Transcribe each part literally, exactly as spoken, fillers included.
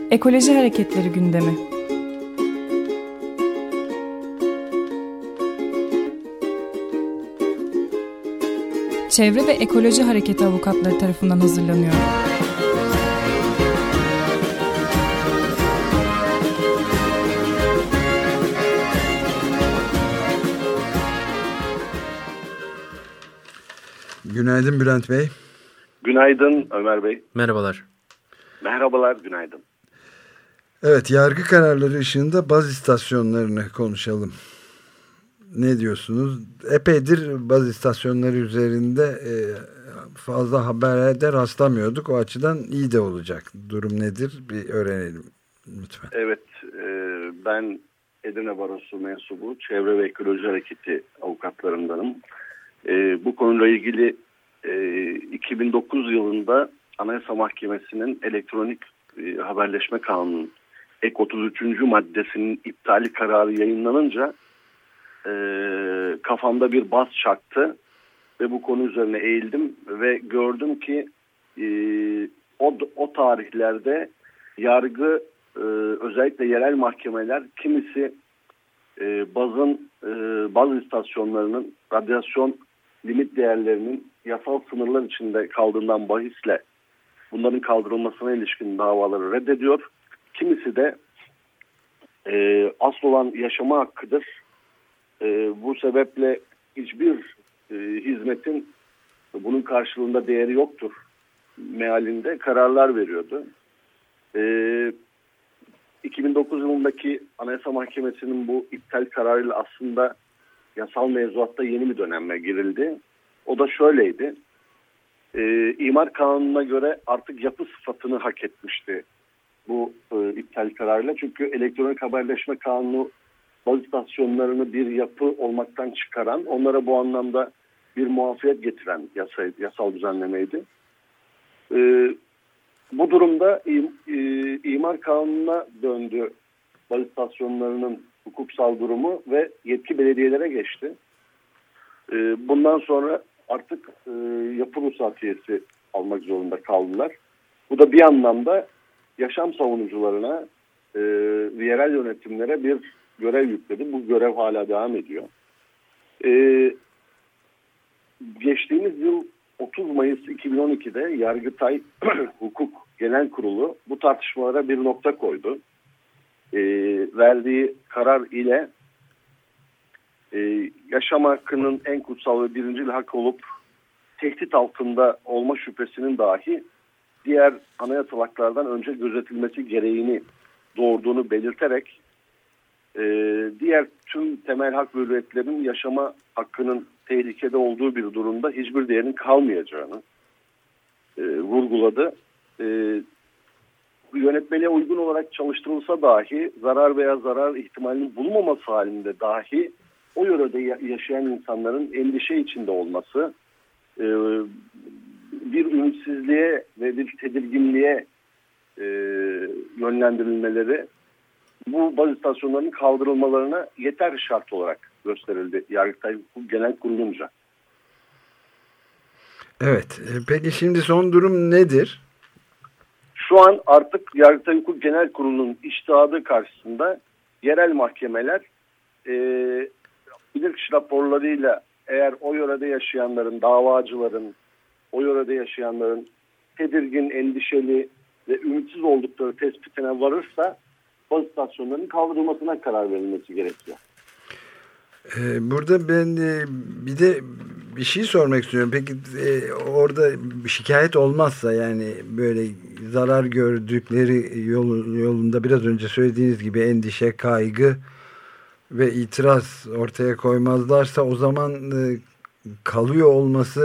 Ekoloji hareketleri gündemi. Çevre ve Ekoloji Hareketi avukatları tarafından hazırlanıyor. Günaydın Bülent Bey. Günaydın Ömer Bey. Merhabalar. Merhabalar, günaydın. Evet, yargı kararları ışığında baz istasyonlarını konuşalım. Ne diyorsunuz? Epeydir baz istasyonları üzerinde e, fazla habere de rastlamıyorduk. O açıdan iyi de olacak. Durum nedir? Bir öğrenelim lütfen. Evet, e, ben Edirne Barosu mensubu Çevre ve Ekoloji Hareketi avukatlarındanım. E, bu konuyla ilgili e, iki bin dokuz yılında Anayasa Mahkemesi'nin elektronik e, haberleşme kanunun ek otuz üçüncü maddesinin iptali kararı yayınlanınca e, kafamda bir bas çaktı ve bu konu üzerine eğildim ve gördüm ki e, o, o tarihlerde yargı e, özellikle yerel mahkemeler kimisi e, bazın e, baz istasyonlarının radyasyon limit değerlerinin yasal sınırlar içinde kaldığından bahisle bunların kaldırılmasına ilişkin davaları reddediyor. Kimisi de e, asıl olan yaşama hakkıdır. E, bu sebeple hiçbir e, hizmetin bunun karşılığında değeri yoktur mealinde kararlar veriyordu. E, iki bin dokuz yılındaki Anayasa Mahkemesi'nin bu iptal kararıyla aslında yasal mevzuatta yeni bir döneme girildi. O da şöyleydi. E, İmar Kanunu'na göre artık yapı sıfatını hak etmişti bu e, iptal kararıyla. Çünkü elektronik haberleşme kanunu baz istasyonlarını bir yapı olmaktan çıkaran, onlara bu anlamda bir muafiyet getiren yasa, yasal düzenlemeydi. E, bu durumda im, e, İmar Kanunu'na döndü baz istasyonlarının hukuksal durumu ve yetki belediyelere geçti. E, bundan sonra artık e, yapı ruhsatiyesi almak zorunda kaldılar. Bu da bir anlamda yaşam savunucularına, e, yerel yönetimlere bir görev yükledi. Bu görev hala devam ediyor. E, geçtiğimiz yıl otuz Mayıs iki bin on iki'de Yargıtay Hukuk Genel Kurulu bu tartışmalara bir nokta koydu. E, verdiği karar ile e, yaşam hakkının en kutsal ve birincil hak olup tehdit altında olma şüphesinin dahi diğer anayasal haklardan önce gözetilmesi gereğini doğurduğunu belirterek e, diğer tüm temel hak ve hürriyetlerin yaşama hakkının tehlikede olduğu bir durumda hiçbir değerinin kalmayacağını e, vurguladı. E, yönetmeliğe uygun olarak çalıştırılsa dahi zarar veya zarar ihtimalinin bulunmaması halinde dahi o yörede yaşayan insanların endişe içinde olması, e, bir ümitsizliğe ve bir tedirginliğe e, yönlendirilmeleri bu baz istasyonlarının kaldırılmalarına yeter şart olarak gösterildi Yargıtay Hukuk Genel Kurulu'nca. Evet. Peki şimdi son durum nedir? Şu an artık Yargıtay Hukuk Genel Kurulu'nun içtihadı karşısında yerel mahkemeler e, bilirkişi raporlarıyla eğer o yörede yaşayanların, davacıların, o yörede yaşayanların tedirgin, endişeli ve ümitsiz oldukları tespitine varırsa baz istasyonlarının kaldırılmasına karar verilmesi gerekiyor. Ee, burada ben e, bir de bir şey sormak istiyorum. Peki e, orada şikayet olmazsa, yani böyle zarar gördükleri yol, yolunda biraz önce söylediğiniz gibi endişe, kaygı ve itiraz ortaya koymazlarsa o zaman e, kalıyor olması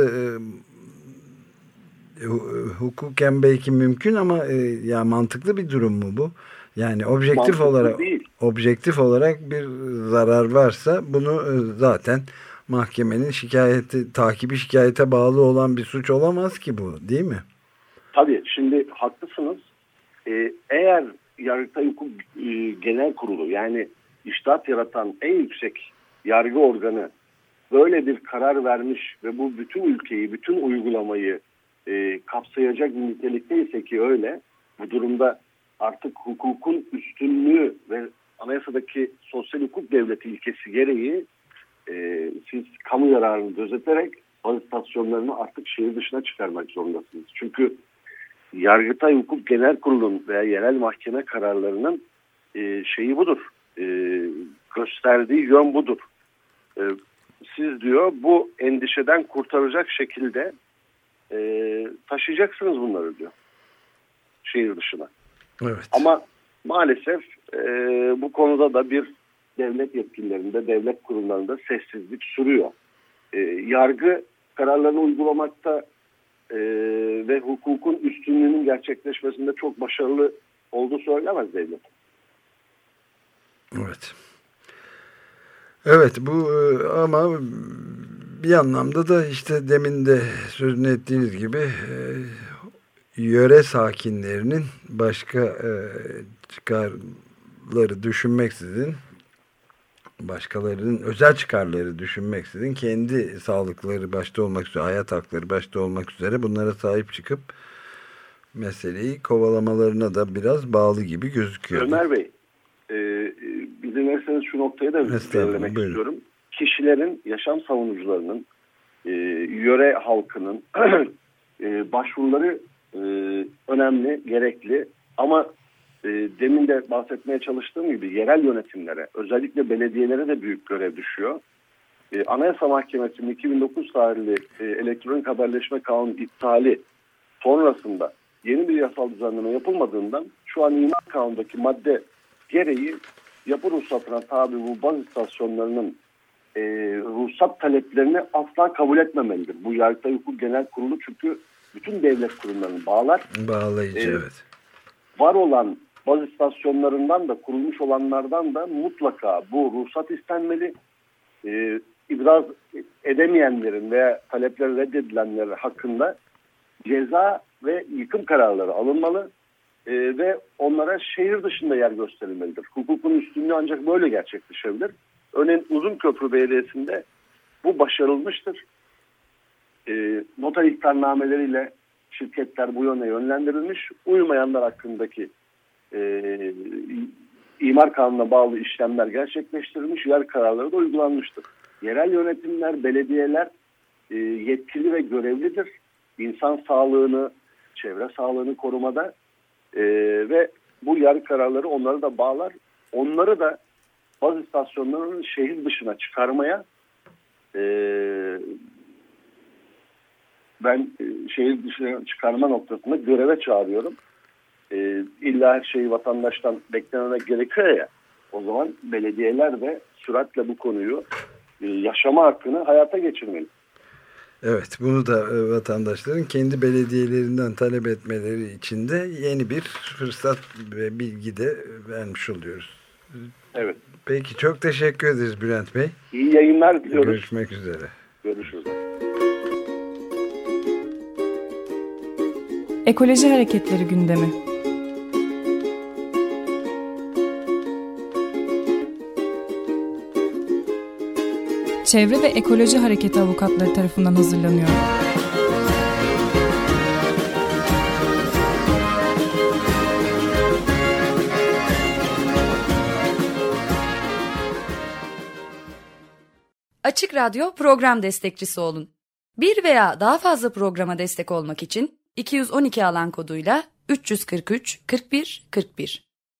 e, hukuken belki mümkün ama e, ya mantıklı bir durum mu bu? Yani objektif mantıklı olarak değil. Objektif olarak bir zarar varsa bunu e, zaten mahkemenin şikayeti, takibi şikayete bağlı olan bir suç olamaz ki bu, değil mi? Tabii, şimdi haklısınız. Ee, eğer Yargıtay Hukuk e, Genel Kurulu, yani içtihat yaratan en yüksek yargı organı böyle bir karar vermiş ve bu bütün ülkeyi, bütün uygulamayı e, kapsayacak bir nitelikteyse ki öyle, bu durumda artık hukukun üstünlüğü ve anayasadaki sosyal hukuk devleti ilkesi gereği e, siz kamu yararını gözeterek baz istasyonlarını artık şehir dışına çıkarmak zorundasınız. Çünkü Yargıtay Hukuk Genel Kurulu'nun veya yerel mahkeme kararlarının e, şeyi budur. E, gösterdiği yön budur. E, siz diyor bu endişeden kurtaracak şekilde e, taşıyacaksınız bunları diyor. Şehir dışına. Evet. Ama maalesef e, bu konuda da bir devlet yetkililerinde, devlet kurumlarında sessizlik sürüyor. E, yargı kararlarını uygulamakta e, ve hukukun üstünlüğünün gerçekleşmesinde çok başarılı olduğu söylemez devlet. Evet. Evet bu ama bir anlamda da işte demin de sözünü ettiğiniz gibi e, yöre sakinlerinin başka e, çıkarları düşünmeksizin, başkalarının özel çıkarları düşünmeksizin kendi sağlıkları başta olmak üzere, hayat hakları başta olmak üzere bunlara sahip çıkıp meseleyi kovalamalarına da biraz bağlı gibi gözüküyor. Ömer Bey, e, bizim ederseniz şu noktaya da belirlemek istiyorum. Kişilerin, yaşam savunucularının, e, yöre halkının e, başvuruları e, önemli, gerekli ama e, demin de bahsetmeye çalıştığım gibi yerel yönetimlere, özellikle belediyelere de büyük görev düşüyor. E, Anayasa Mahkemesi'nin iki bin dokuz tarihli e, elektronik haberleşme kanunu iptali sonrasında yeni bir yasal düzenleme yapılmadığından şu an imar kanunundaki madde gereği yapı ruhsatına tabi bu baz istasyonlarının e, ruhsat taleplerini asla kabul etmemelidir. Bu Yargıtay Hukuk Genel Kurulu çünkü bütün devlet kurumlarını bağlar. Bağlayıcı ee, evet. Var olan baz istasyonlarından da kurulmuş olanlardan da mutlaka bu ruhsat istenmeli. Ee, ibraz edemeyenlerin veya talepleri reddedilenlerin hakkında ceza ve yıkım kararları alınmalı ee, ve onlara şehir dışında yer gösterilmelidir. Hukukun üstünlüğü ancak böyle gerçekleşebilir. Örneğin Uzunköprü Belediyesi'nde bu başarılmıştır. E, noter ihtarnameleriyle şirketler bu yöne yönlendirilmiş. Uymayanlar hakkındaki e, imar kanununa bağlı işlemler gerçekleştirilmiş. Yer kararları da uygulanmıştır. Yerel yönetimler, belediyeler e, yetkili ve görevlidir. İnsan sağlığını, çevre sağlığını korumada e, ve bu yer kararları onları da bağlar. Onları da baz istasyonlarının şehir dışına çıkarmaya e, ben e, şehir dışına çıkarma noktasında göreve çağırıyorum. E, illa her şeyi vatandaştan beklememek gerekiyor ya. O zaman belediyeler de süratle bu konuyu e, yaşama hakkını hayata geçirmeli. Evet, bunu da e, vatandaşların kendi belediyelerinden talep etmeleri için de yeni bir fırsat ve bilgi de vermiş oluyoruz. Evet. Peki çok teşekkür ederiz Bülent Bey. İyi yayınlar diliyoruz. Görüşmek üzere. Görüşürüz. Ekoloji hareketleri gündemi. Çevre ve Ekoloji Hareketi avukatları tarafından hazırlanıyor. Açık Radyo program destekçisi olun. Bir veya daha fazla programa destek olmak için iki yüz on iki alan koduyla üç yüz kırk üç kırk bir kırk bir